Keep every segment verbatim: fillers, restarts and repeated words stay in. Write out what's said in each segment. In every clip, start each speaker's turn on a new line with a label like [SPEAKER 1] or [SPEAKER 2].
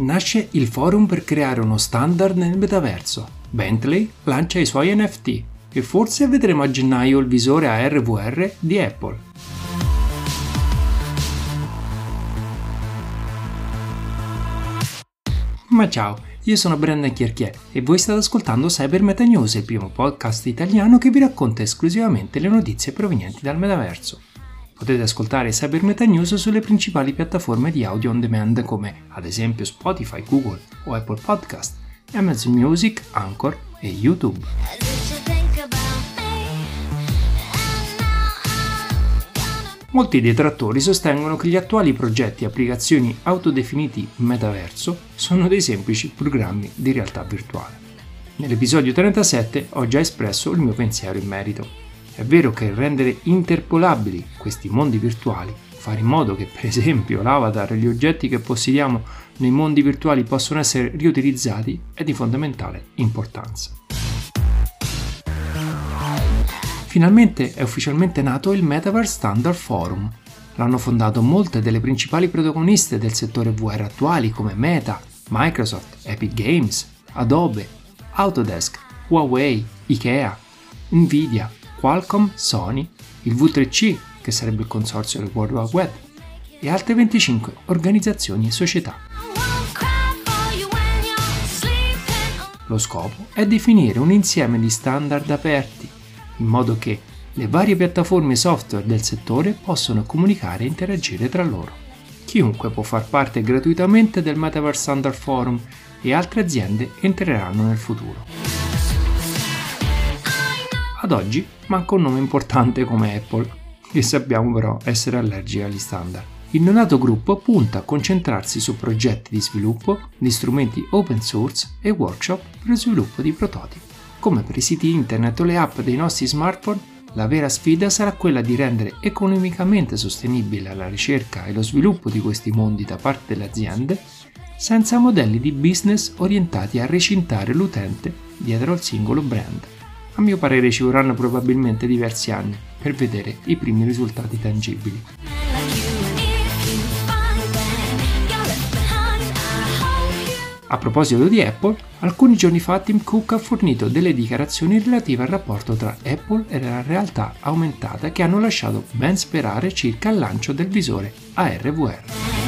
[SPEAKER 1] Nasce il forum per creare uno standard nel metaverso. Bentley lancia i suoi N F T e forse vedremo a gennaio il visore A R V R di Apple. Ma ciao, io sono Brendan Chierchier e voi state ascoltando Cyber Meta News, il primo podcast italiano che vi racconta esclusivamente le notizie provenienti dal metaverso. Potete ascoltare Cyber Meta News sulle principali piattaforme di audio on demand come ad esempio Spotify, Google o Apple Podcast, Amazon Music, Anchor e YouTube. Molti detrattori sostengono che gli attuali progetti e applicazioni autodefiniti metaverso sono dei semplici programmi di realtà virtuale. Nell'episodio trentasette ho già espresso il mio pensiero in merito. È vero che rendere interpolabili questi mondi virtuali, fare in modo che per esempio l'avatar e gli oggetti che possediamo nei mondi virtuali possono essere riutilizzati, è di fondamentale importanza. Finalmente è ufficialmente nato il Metaverse Standard Forum. L'hanno fondato molte delle principali protagoniste del settore V R attuali come Meta, Microsoft, Epic Games, Adobe, Autodesk, Huawei, Ikea, Nvidia, Qualcomm, Sony, il V tre C, che sarebbe il consorzio del World Wide Web, e altre venticinque organizzazioni e società. Lo scopo è definire un insieme di standard aperti, in modo che le varie piattaforme software del settore possono comunicare e interagire tra loro. Chiunque può far parte gratuitamente del Metaverse Standard Forum e altre aziende entreranno nel futuro. Ad oggi manca un nome importante come Apple, che sappiamo però essere allergica agli standard. Il neonato gruppo punta a concentrarsi su progetti di sviluppo, di strumenti open source e workshop per lo sviluppo di prototipi. Come per i siti internet o le app dei nostri smartphone, la vera sfida sarà quella di rendere economicamente sostenibile la ricerca e lo sviluppo di questi mondi da parte delle aziende, senza modelli di business orientati a recintare l'utente dietro al singolo brand. A mio parere ci vorranno probabilmente diversi anni per vedere i primi risultati tangibili. A proposito di Apple, alcuni giorni fa Tim Cook ha fornito delle dichiarazioni relative al rapporto tra Apple e la realtà aumentata che hanno lasciato ben sperare circa il lancio del visore A R V R.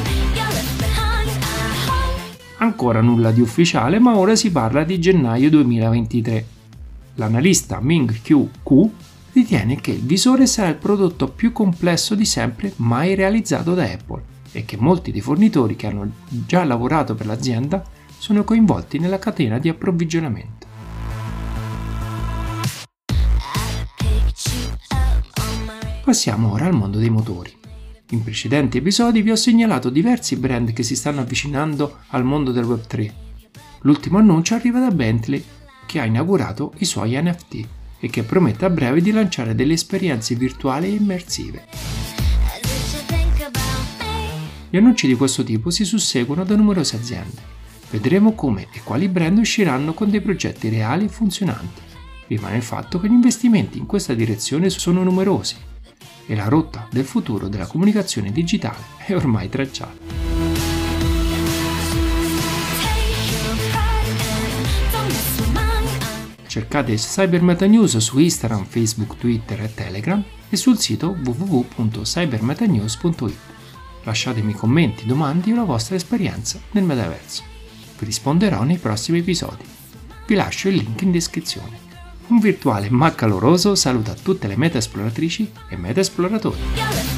[SPEAKER 1] Ancora nulla di ufficiale, ma ora si parla di gennaio duemilaventitré. L'analista Ming Chiu Ku ritiene che il visore sarà il prodotto più complesso di sempre mai realizzato da Apple e che molti dei fornitori che hanno già lavorato per l'azienda sono coinvolti nella catena di approvvigionamento. Passiamo ora al mondo dei motori. In precedenti episodi vi ho segnalato diversi brand che si stanno avvicinando al mondo del web tre. L'ultimo annuncio arriva da Bentley, che ha inaugurato i suoi N F T e che promette a breve di lanciare delle esperienze virtuali e immersive. Gli annunci di questo tipo si susseguono da numerose aziende. Vedremo come e quali brand usciranno con dei progetti reali e funzionanti. Rimane il fatto che gli investimenti in questa direzione sono numerosi e la rotta del futuro della comunicazione digitale è ormai tracciata. Cercate Cyber Meta News su Instagram, Facebook, Twitter e Telegram e sul sito w w w punto cybermetanews punto it. Lasciatemi commenti, domande o la vostra esperienza nel metaverso. Vi risponderò nei prossimi episodi. Vi lascio il link in descrizione. Un virtuale ma caloroso saluto a tutte le meta esploratrici e meta esploratori.